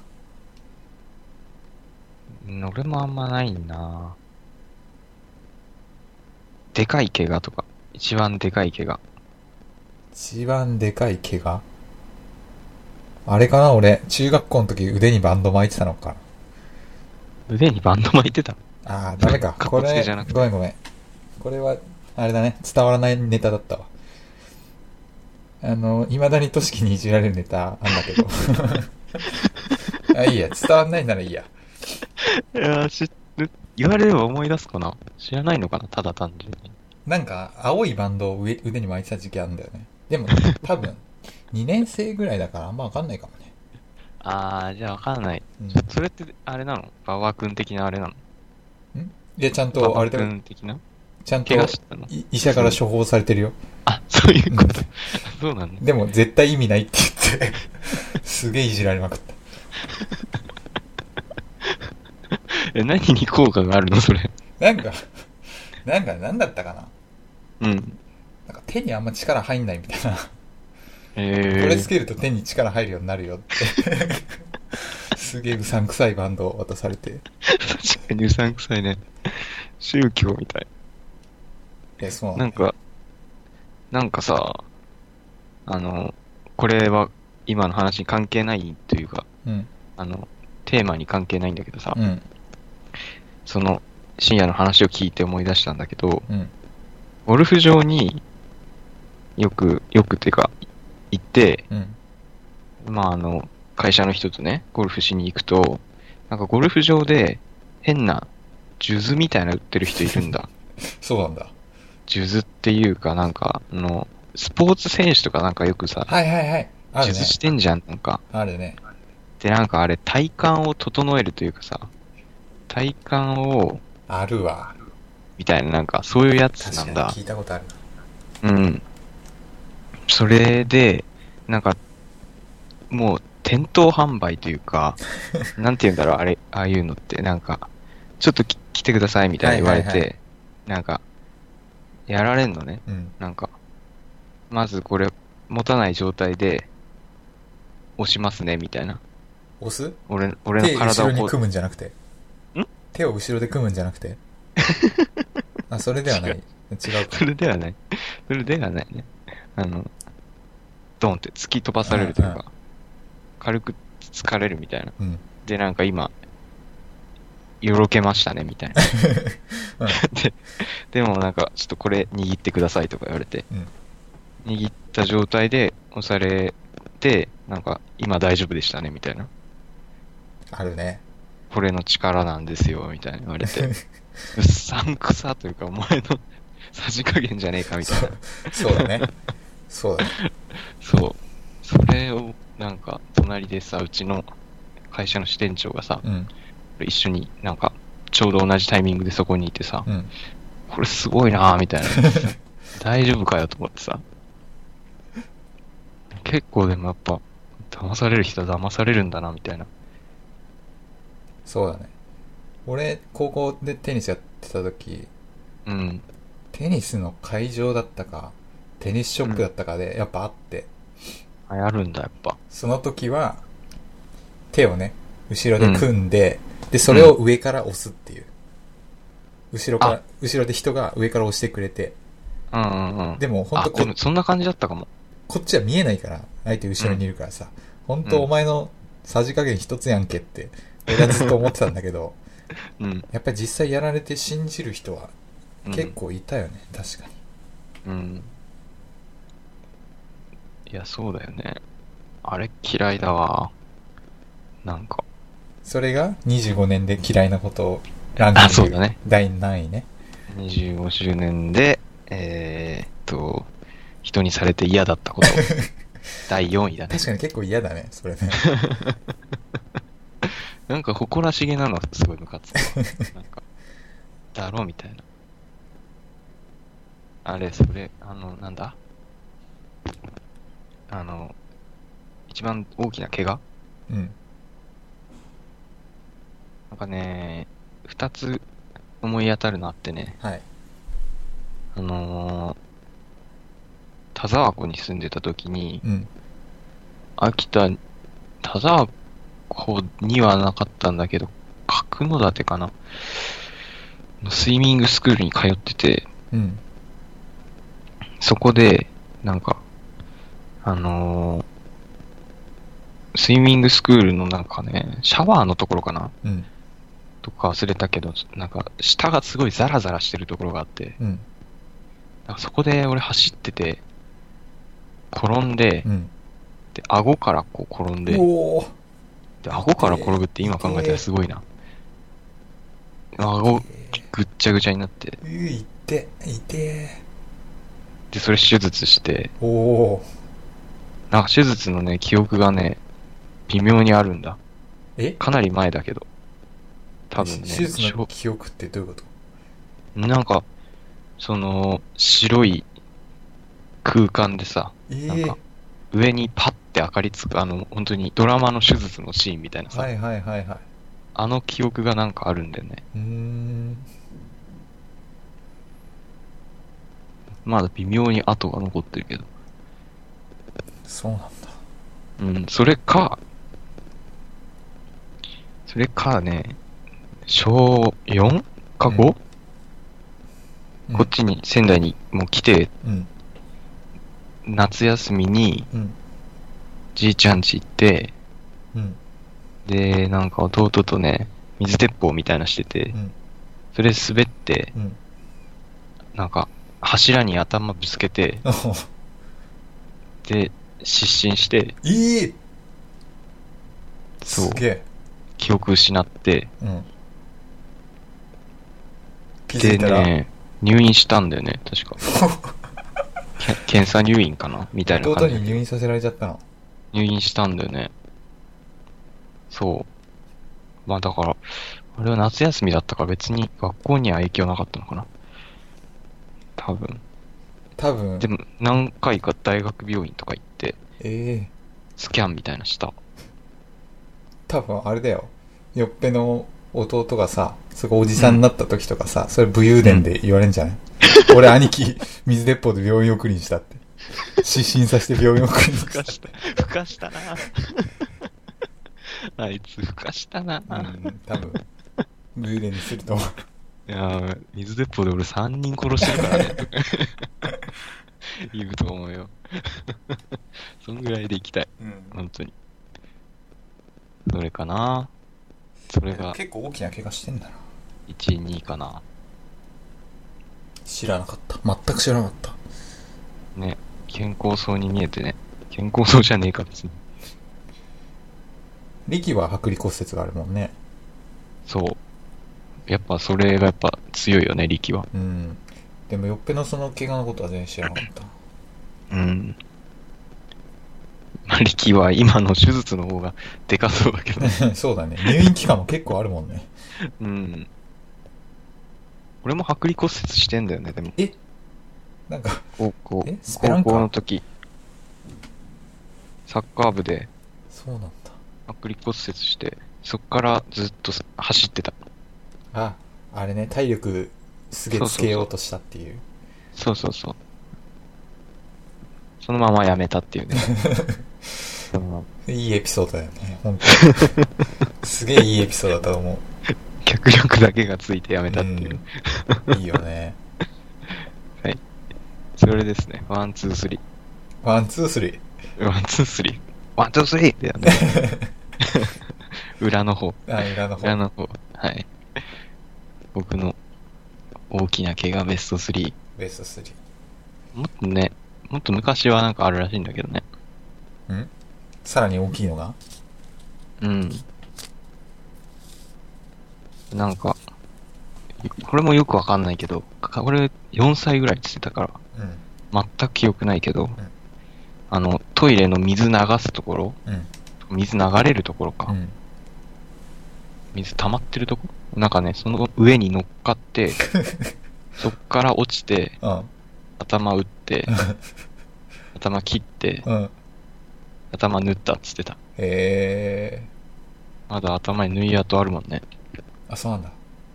うな。俺もあんまないな。でかい怪我とか。一番でかい怪我。 一番でかい怪我？あれかな、俺、中学校の時腕にバンド巻いてたのかな。腕にバンド巻いてた？ ダメか。これ、ごめん。これは、あれだね、伝わらないネタだったわ。未だにとしきにいじられるネタあんだけど。いいや、伝わんないならいいや。 いや、言われれば思い出すかな。知らないのかな、ただ単純に。 なんか、青いバンドを腕に巻いてた時期あるんだよね。でも、多分、 2年生ぐらいだからあんまわかんないかもね。 じゃあわかんない。 うん、 それって、あれなの？馬場君的なあれなの？ で、ちゃん馬場と、あれだよ。 君的なちゃんと怪我したの？ 医者から処方されてるよ。 そういうこと。そうなんだ。 でも絶対意味ないって言ってすげえいじられまくった。 何に効果があるのそれ。 なんだったかな。 うん。 なんか手にあんま力入んないみたいな。これれつけると手に力入るようになるよってすげえうさんくさいバンドを渡されて。 確かにうさんくさいね。宗教みたい。 そうなんかさ、これは今の話に関係ないというか、 うん、 テーマに関係ないんだけどさ、 うん、 その深夜の話を聞いて思い出したんだけど、 うん、 ゴルフ場によくっていうか行って、 うん、 まあ会社の人とね、ゴルフしに行くと、なんかゴルフ場で変な数珠みたいな売ってる人いるんだ。 そうなんだ。 数珠っていうかなんか、スポーツ選手とかなんかよくさ、 はいはいはい。あるね。 数珠してんじゃん、なんか。 あるね。 で、なんかあれ体幹を整えるというかさ、体幹を、 あるわ。 みたいななんかそういうやつなんだ。 確かに聞いたことある。 うん。それで、なんか、もう店頭販売というか、なんて言うんだろう、ああいうのって、なんか、ちょっと来てくださいみたいに言われて、 はいはいはい、 なんか、やられんのね。 うん、 なんか、まずこれ、持たない状態で、押しますね、みたいな。 押す？ 俺の体を手後ろに組むんじゃなくて。手を後ろで組むんじゃなくて。それではない。違うか。 それではない。それではないね。ドンって突き飛ばされるというか、軽く疲れるみたいな。 うん、 で、なんか今、よろけましたね、みたいな。でもなんか、ちょっとこれ握ってくださいとか言われて、握った状態で押されて、なんか、今大丈夫でしたね、みたいな。 あるね。 これの力なんですよ、みたいな言われて。うっさんくさというか、お前のさじ加減じゃねえか、みたいな。 そうだね。そうだね。 そう。それを、なんか、隣でさ、うちの会社の支店長がさ、一緒になんか、ちょうど同じタイミングでそこにいてさ、これすごいなぁ、みたいな。大丈夫かよと思ってさ。結構でもやっぱ、騙される人は騙されるんだな、みたいな。 そうだね。俺、高校でテニスやってた時、テニスの会場だったか、テニスショップだったかで、やっぱあって。 あるんだ、やっぱ。 その時は、手をね、後ろで組んで、で、それを上から押すっていう。後ろで人が上から押してくれて。でも、ほんとでもそんな感じだったかも。 こっちは見えないから、相手後ろにいるからさ、ほんとお前のさじ加減一つやんけって、俺はずっと思ってたんだけど、やっぱり実際やられて信じる人は結構いたよね、確かに。 いや、そうだよね。あれ嫌いだわ。なんか。 それが25年で嫌いなことをランキング。 そうだね。 第何位ね。 25周年で、人にされて嫌だったこと。第4位だね。 確かに結構嫌だね、それね。 なんか誇らしげなのすごいムカつく。なんか、だろみたいな。あれ、それ、なんだ一番大きな怪我？なんかね、二つ思い当たるのあってね。 はい。 田沢湖に住んでた時に、秋田、田沢湖にはなかったんだけど、角館かなスイミングスクールに通ってて、そこで、なんか、スイミングスクールのなんかね、シャワーのところかな、とか忘れたけど、なんか、下がすごいザラザラしてるところがあって、なんかそこで俺走ってて、転んで、で、顎からこう転んで、で、顎から転ぶって今考えたらすごいな。顎、ぐっちゃぐちゃになって。 いて。 で、それ手術して、 なんか手術のね、記憶がね、微妙にあるんだ。 え？ かなり前だけど。多分ね。 手術の記憶ってどういうこと？ なんか、白い空間でさ、なんか、上にパッて明かりつく、本当にドラマの手術のシーンみたいなさ。 はいはいはいはい。 あの記憶がなんかあるんだよね。まだ微妙に跡が残ってるけど。 そうなんだ。 うん、それかね、小 4? か 5?、こっちに、仙台にもう来て、夏休みに、じいちゃん家行って、で、なんか弟とね、水鉄砲みたいなしてて、それ滑って、なんか、柱に頭ぶつけて、で、失神して、そう。 すげえ。 記憶失って、 でね、入院したんだよね、確か。検査入院かなみたいな感じ。 弟に入院させられちゃったの？ 入院したんだよね。そう。まあだから、あれは夏休みだったから別に学校には影響なかったのかな。多分。でも何回か大学病院とか行って、スキャンみたいなした。 多分あれだよ。よっぺの弟がさ、そこおじさんになった時とかさ、それ武勇伝で言われんじゃない？俺兄貴、水鉄砲で病院送りにしたって。失神させて病院送りにした。 ふかしたなあいつふかしたな多分、武勇伝にすると思う。 いや水鉄砲で俺3人殺してるからね。言うと思うよ。そんぐらいで行きたい。本当に。それかな。それが。 結構大きな怪我してんだな。 1、2かな。 知らなかった。全く知らなかった。 ね。健康そうに見えてね。健康そうじゃねえか別に。 力は剥離骨折があるもんね。 そう。やっぱそれがやっぱ強いよね、力は。 でもよっぺのその怪我のことは全然知らなかった。 まあ、力は今の手術の方がでかそうだけどね。 そうだね。入院期間も結構あるもんね。 俺も剥離骨折してんだよね、でも。 なんか、 高スペランカ校の時、サッカー部で、 そうなんだ。 剥離骨折して、そっからずっと走ってた。 あれね、体力すげえつけようとしたっていう。 そう。そのままやめたっていうね。 いいエピソードだよね、本当に。すげえいいエピソードだと思う。 脚力だけがついてやめたっていう。 いいよね。 はい。それですね。ワン、ツー、スリー。 ワン、ツー、スリー。 ワン、ツー、スリー。ワン、ツー、スリーってやね。裏の方。 裏の方。 はい。僕の大きな怪我ベスト3。 ベスト3。 もっと昔はなんかあるらしいんだけどね。 さらに大きいのが？ なんか、これもよくわかんないけど、これ4歳ぐらいって言ってたから、全く記憶ないけど、トイレの水流すところ、水流れるところか。水溜まってるとこなんかね、その上に乗っかって、そっから落ちて、頭打って、頭切って、頭縫ったっつってた。まだ頭に縫い跡あるもんね。 あ、そうなんだ。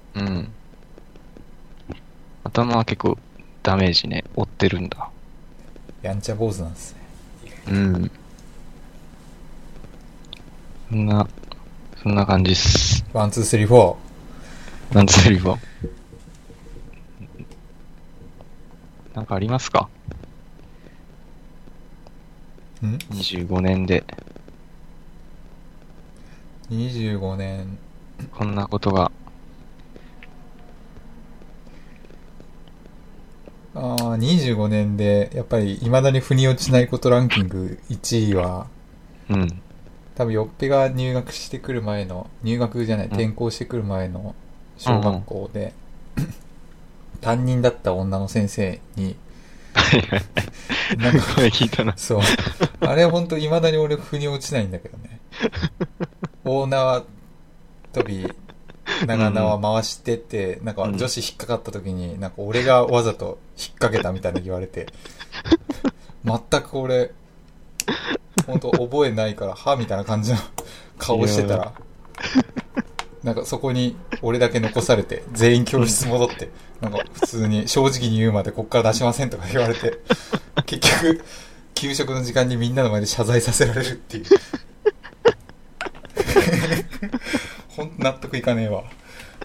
頭は結構ダメージね、負ってるんだ。 やんちゃ坊主なんですね。そんな感じっす。 ワン、ツー、スリー、フォー。 ワン、ツー、スリー、フォー。なんかありますか？25年で。 25年。 こんなことが。 25年で、やっぱり未だに腑に落ちないことランキング1位は、多分よっぺが入学してくる前の、転校してくる前の小学校で、担任だった女の先生に、 なんか、 聞いたな。 そう。あれほんと未だに俺腑に落ちないんだけどね。大縄跳び、長縄回してって、なんか女子引っかかった時に、なんか俺がわざと引っ掛けたみたいな言われて、全く俺、ほんと覚えないから、はみたいな感じの顔してたら、なんかそこに俺だけ残されて、全員教室戻って、なんか普通に正直に言うまでこっから出しませんとか言われて、結局、給食の時間にみんなの前で謝罪させられるっていう。ほんと納得いかねえわ。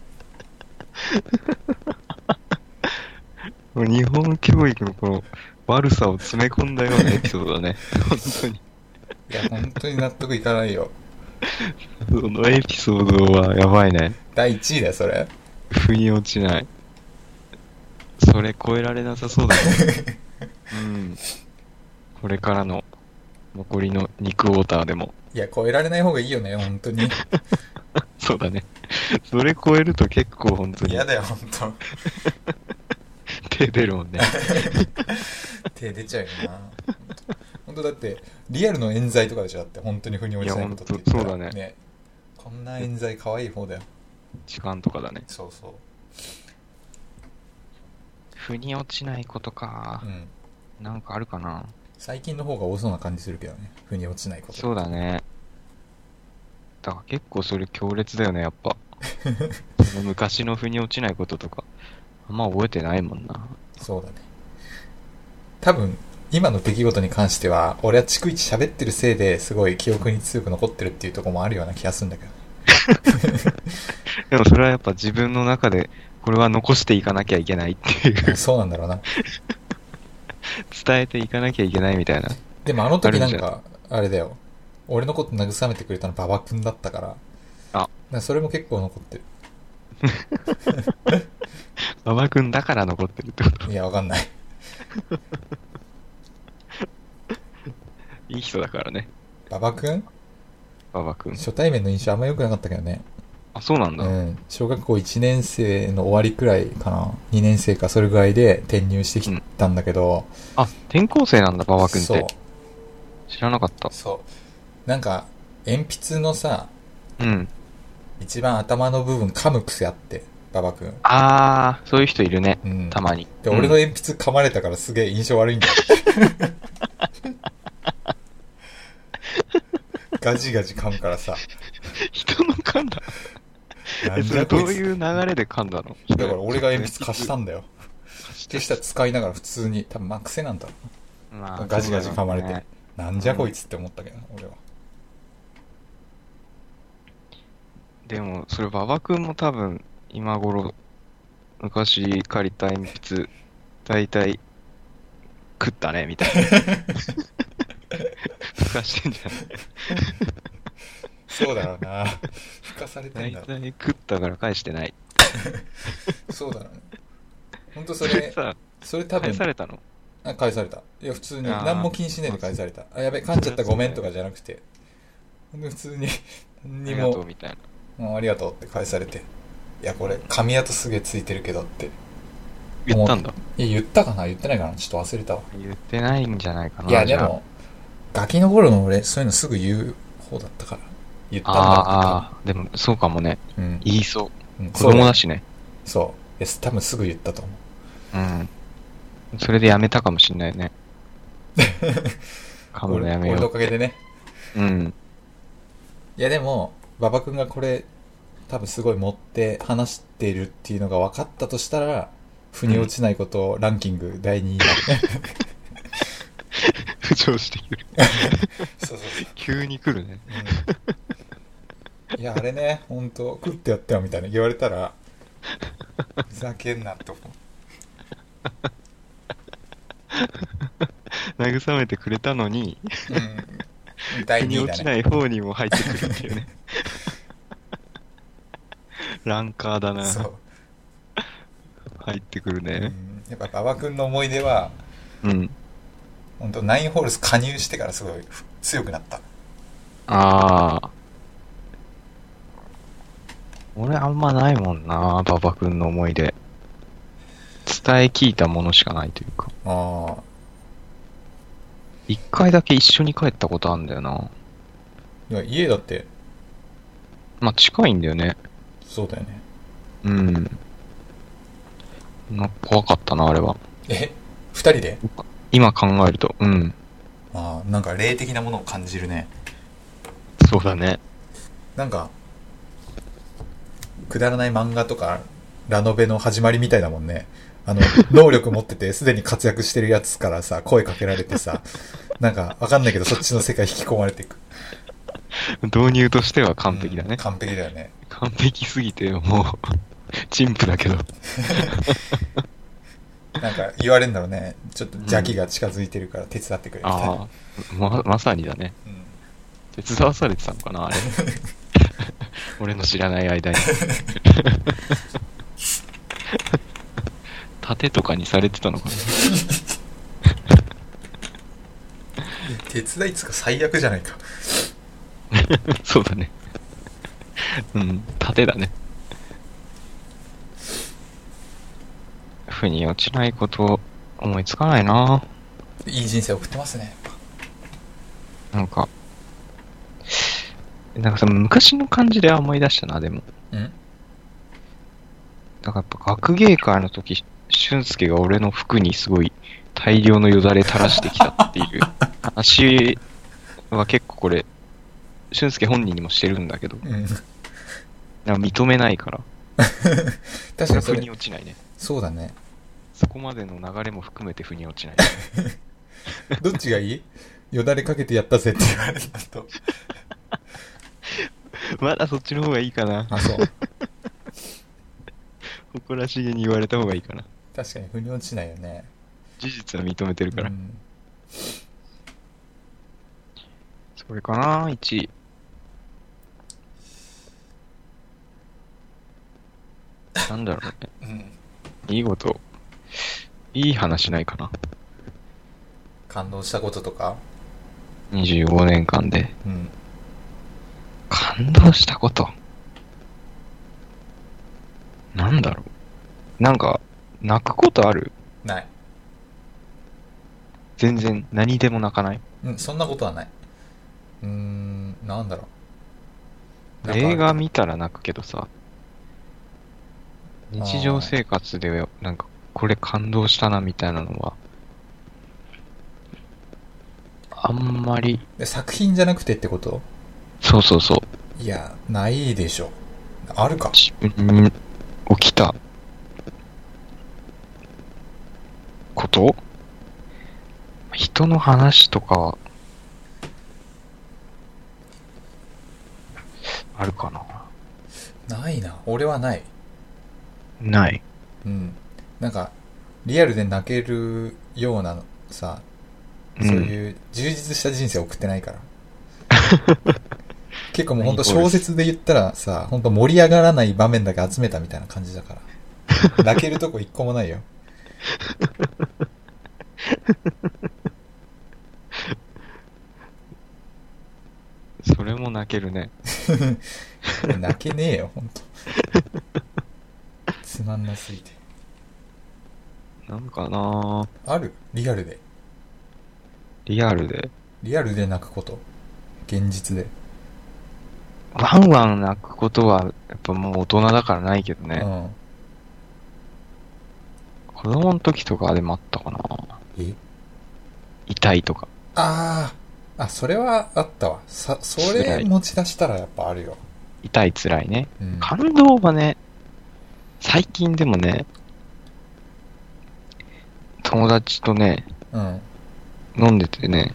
日本教育のこの悪さを詰め込んだようなエピソードだね。本当に。 いや、本当に納得いかないよ。 そのエピソードはやばいね。 第1位だよ、それ。 腑に落ちない。それ超えられなさそうだね。うん。これからの残りの肉ウォーターでも。 いや、超えられない方がいいよね、本当に。 そうだね。それ超えると結構本当に。 嫌だよ、本当。 手出るもんね。 手出ちゃうよな。本当だって、リアルの冤罪とかでしょ、だって本当に腑に落ちないことって言ったら。 そうだね。 こんな冤罪可愛い方だよ。 時間とかだね。 そうそう。 腑に落ちないことか。うん。なんかあるかな。 最近の方が多そうな感じするけどね。腑に落ちないこと。 そうだね。だから結構それ強烈だよね、やっぱ。昔の腑に落ちないこととか、あんま覚えてないもんな。 そうだね。多分、今の出来事に関しては、俺は逐一喋ってるせいですごい記憶に強く残ってるっていうところもあるような気がするんだけど。 でもそれはやっぱ自分の中で、これは残していかなきゃいけないっていう。 そうなんだろうな。 伝えていかなきゃいけないみたいな。 でもあの時なんか、あれだよ。俺のこと慰めてくれたの馬場君だったから。 あ。 それも結構残ってる。 馬場君だから残ってるってこと？ いや、わかんない。 いい人だからね。 馬場君？ 馬場君。 初対面の印象あんま良くなかったけどね。 あ、そうなんだ。 うん。小学校1年生の終わりくらいかな。2年生かそれぐらいで転入してきたんだけど。 あ、転校生なんだ、馬場君って。 そう。 知らなかった。 そう。なんか、鉛筆のさ、 うん。 一番頭の部分噛む癖あって、馬場君。 あー、そういう人いるね。 うん。 たまに。 で、俺の鉛筆噛まれたからすげえ印象悪いんだよ。ガジガジ噛むからさ。 人の噛んだ。それどういう流れで噛んだの？ だから俺が鉛筆貸したんだよ。そしたら使いながら普通に、多分癖なんだろうな。まあ、ガジガジ噛まれて、ね、なんじゃこいつって思ったけど、俺は。 でも、それ馬場君も多分、今頃、昔借りた鉛筆、だいたい食ったね、みたいな。ふかしてんじゃん。 そうだろうな。ふかされてんだろう。 だいたい食ったから返してない。 そうだろうね。ほんとそれ多分。 返されたの？ あ、返された。いや、普通に何も気にしないで返された。あ、やべ、噛んじゃったごめんとかじゃなくて。ほんと普通に、何にも。 ありがとうみたいな。 ありがとうって返されて。いや、これ、髪跡すげえついてるけどって。 言ったんだ。 いや、言ったかな言ってないかなちょっと忘れたわ。 言ってないんじゃないかな。 いや、でも、ガキの頃の俺、そういうのすぐ言う方だったから。言ったんだろうああ、でもそうかもね。 うん。 言いそう。 うん、 子供だしね。 そう。多分すぐ言ったと思う。 うん。それでやめたかもしんないね。噛むのやめよう。 俺のおかげでね。 うん。 いやでも、馬場君がこれ、多分すごい持って話してるっていうのが分かったとしたら、腑に落ちないことランキング第2位になるね。 浮上してくる。 そうそうそう。 急に来るね。 いや、あれね、ほんと、食ってやったよみたいな言われたら、ふざけんなって思う。 慰めてくれたのに、 うん。第2位だね。腑に落ちない方にも入ってくるっていうね。ランカーだな。そう。入ってくるね。 やっぱ馬場君の思い出は、 うん。 ほんと9ホールス加入してからすごい強くなった。 ああ。俺あんまないもんな、馬場君の思い出。伝え聞いたものしかないというか。 ああ。 一回だけ一緒に帰ったことあるんだよな。 いや、家だって。 まあ、近いんだよね。 そうだよね。 うん。怖かったな、あれは。 二人で？ 今考えると、うん。 ああ、なんか霊的なものを感じるね。 そうだね。 なんか、くだらない漫画とか、ラノベの始まりみたいだもんね。能力持っててすでに活躍してるやつからさ、声かけられてさ、なんかわかんないけどそっちの世界引き込まれていく。 導入としては完璧だね。 完璧だよね。 完璧すぎて、もう、陳腐だけど。 なんか言われるんだろうね。ちょっと邪気が近づいてるから手伝ってくれみたいな。 ああ、まさにだね。手伝わされてたのかな、あれ。俺の知らない間に。盾とかにされてたのかな。 手伝いつか最悪じゃないか。 そうだね。うん、盾だね。腑に落ちないこと思いつかないな。 いい人生送ってますね。 なんかさ、昔の感じで思い出したな、でも。なんかやっぱ学芸会の時、俊介が俺の服にすごい大量のよだれ垂らしてきたっていう話は結構これ、俊介本人にもしてるんだけど、なんか認めないから。 確かにそれ腑に落ちないね。 そうだね。 そこまでの流れも含めて腑に落ちない。 どっちがいい？よだれかけてやったぜって言われたと。 まだそっちの方がいいかな。 あ、そう。 誇らしげに言われた方がいいかな。 確かに腑に落ちないよね。 事実は認めてるから。それかな、1位。なんだろうね。いい話ないかな。 感動したこととか 25年間で。感動したこと。なんだろう。なんか、泣くことある？ ない。 全然、何でも泣かない？ そんなことはない。なんだろう。 映画見たら泣くけどさ、日常生活で、なんか、これ感動したなみたいなのは、あんまり。 作品じゃなくてってこと？ そうそうそう。 いや、ないでしょ。あるか。 自分に起きたこと人の話とか、あるかな。 ないな。俺はない。 ない。 なんか、リアルで泣けるようなさ、そういう充実した人生送ってないから。結構もうほんと小説で言ったらさ、ほんと盛り上がらない場面だけ集めたみたいな感じだから。泣けるとこ一個もないよ。 それも泣けるね。 泣けねえよ、ほんと。つまんなすぎて。 なんかなある？リアルで。 リアルで泣くこと。現実で。 ワンワン泣くことは、やっぱもう大人だからないけどね。子供の時とかでもあったかな。痛いとか。 それはあったわ。それ持ち出したらやっぱあるよ。 痛い辛いね。感動はね、最近でもね、友達とね、飲んでてね、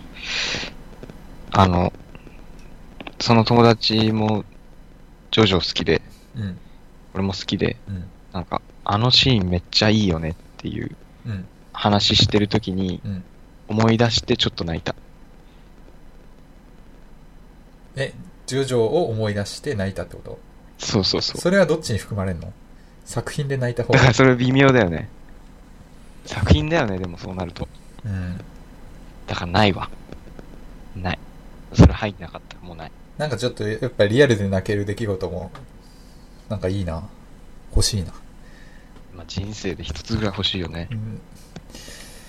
その友達もジョジョ好きで、俺も好きで、なんかあのシーンめっちゃいいよねっていう話してる時に思い出してちょっと泣いた。 ジョジョを思い出して泣いたってこと？ そうそうそう。 それはどっちに含まれるの？作品で泣いた方だからそれ微妙だよね。作品だよね、でもそうなると。だからないわ。ない。それ入んなかった。もうない。 なんかちょっとやっぱりリアルで泣ける出来事もなんかいいな。欲しいな。 まあ人生で一つぐらい欲しいよね。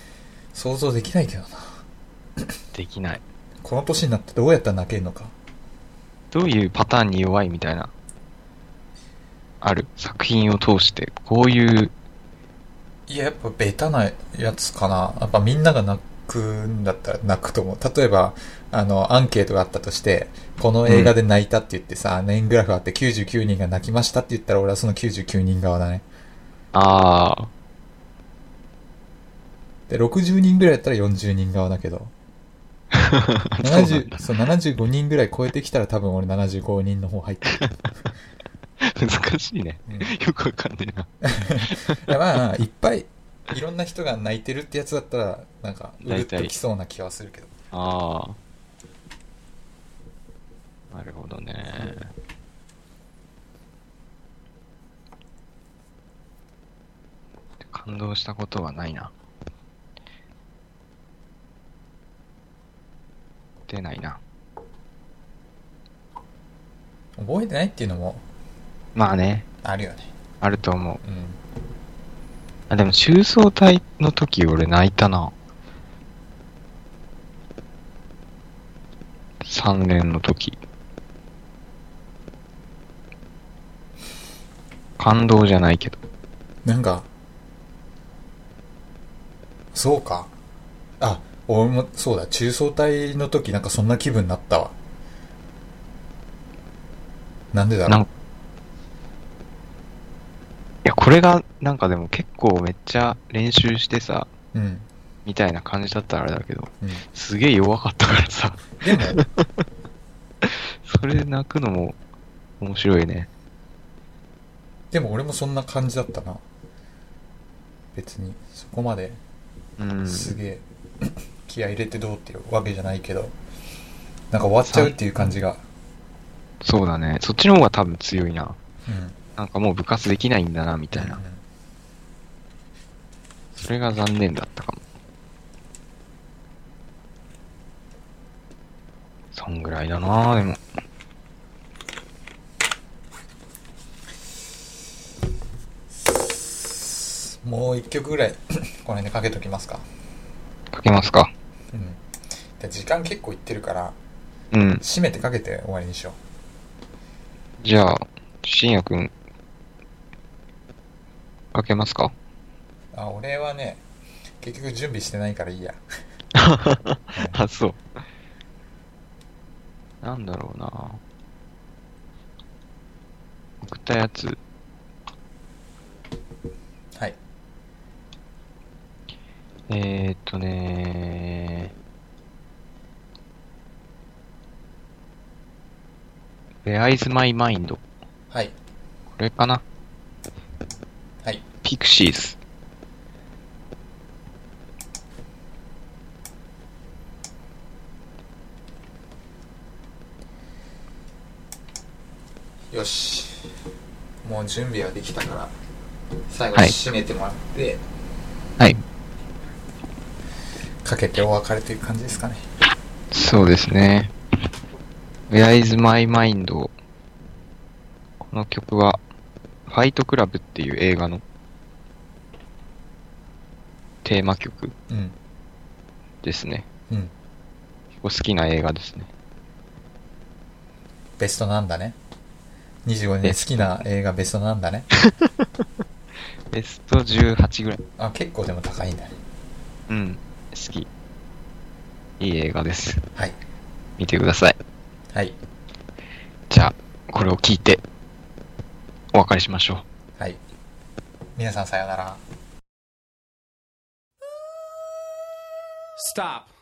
想像できないけどな。 できない。 この年になってどうやったら泣けるのか。 どういうパターンに弱いみたいな、ある作品を通して、こういう。 いや、やっぱベタなやつかな。やっぱみんなが泣くんだったら泣くと思う。例えば、アンケートがあったとして、この映画で泣いたって言ってさ、年グラフあって99人が泣きましたって言ったら俺はその99人側だね。 ああ。 で、60人ぐらいやったら40人側だけど。75人ぐらい超えてきたら多分俺75人の方入ってる。 難しいね。うん、よくわかんないな。 いやまあ、いっぱい、いろんな人が泣いてるってやつだったら、なんか、うるっときそうな気はするけど。 ああ。なるほどね。感動したことはないな。出ないな。 覚えてないっていうのも、 まあね。 あるよね。 あると思う。 うん。 あ、でも、中層体の時俺泣いたな。3年の時。感動じゃないけど。 なんか、そうか。あ、俺もそうだ、中層体の時なんかそんな気分になったわ。なんでだろう。 いや、これがなんかでも結構めっちゃ練習してさ、 うん。 みたいな感じだったらあれだけど、 うん、 すげえ弱かったからさ。 でも、 それで泣くのも面白いね。 でも俺もそんな感じだったな。別に、そこまで、すげえ、気合い入れてどうっていうわけじゃないけど、なんか終わっちゃうっていう感じが。 そうだね。そっちの方が多分強いな。 うん。 なんかもう部活できないんだな、みたいな。うん、それが残念だったかも。そんぐらいだなでも。 もう一曲ぐらい、この辺でかけときますか。 かけますか。 うん。で時間結構いってるから、 うん。 締めてかけて終わりにしよう。 じゃあ、しんやくん、かけますか？ あ、俺はね、結局準備してないからいいや。 あ、そう。なんだろうな送ったやつ。 はい。 Where is my mind? はい。 これかな？ はい。 ピクシーズ。 よし。もう準備はできたから、最後に締めてもらって、 はい。 かけてお別れという感じですかね。 そうですね。Where is my mind? この曲は、ファイトクラブっていう映画のテーマ曲ですね。 うん。 結構好きな映画ですね。 ベストなんだね。25年好きな映画ベストなんだね。 ベスト18ぐらい。 あ、結構でも高いんだね。 うん。好き。いい映画です。 はい。 見てください。 はい。 じゃあ、これを聞いて、お別れしましょう。 はい。皆さんさようなら。 Stop.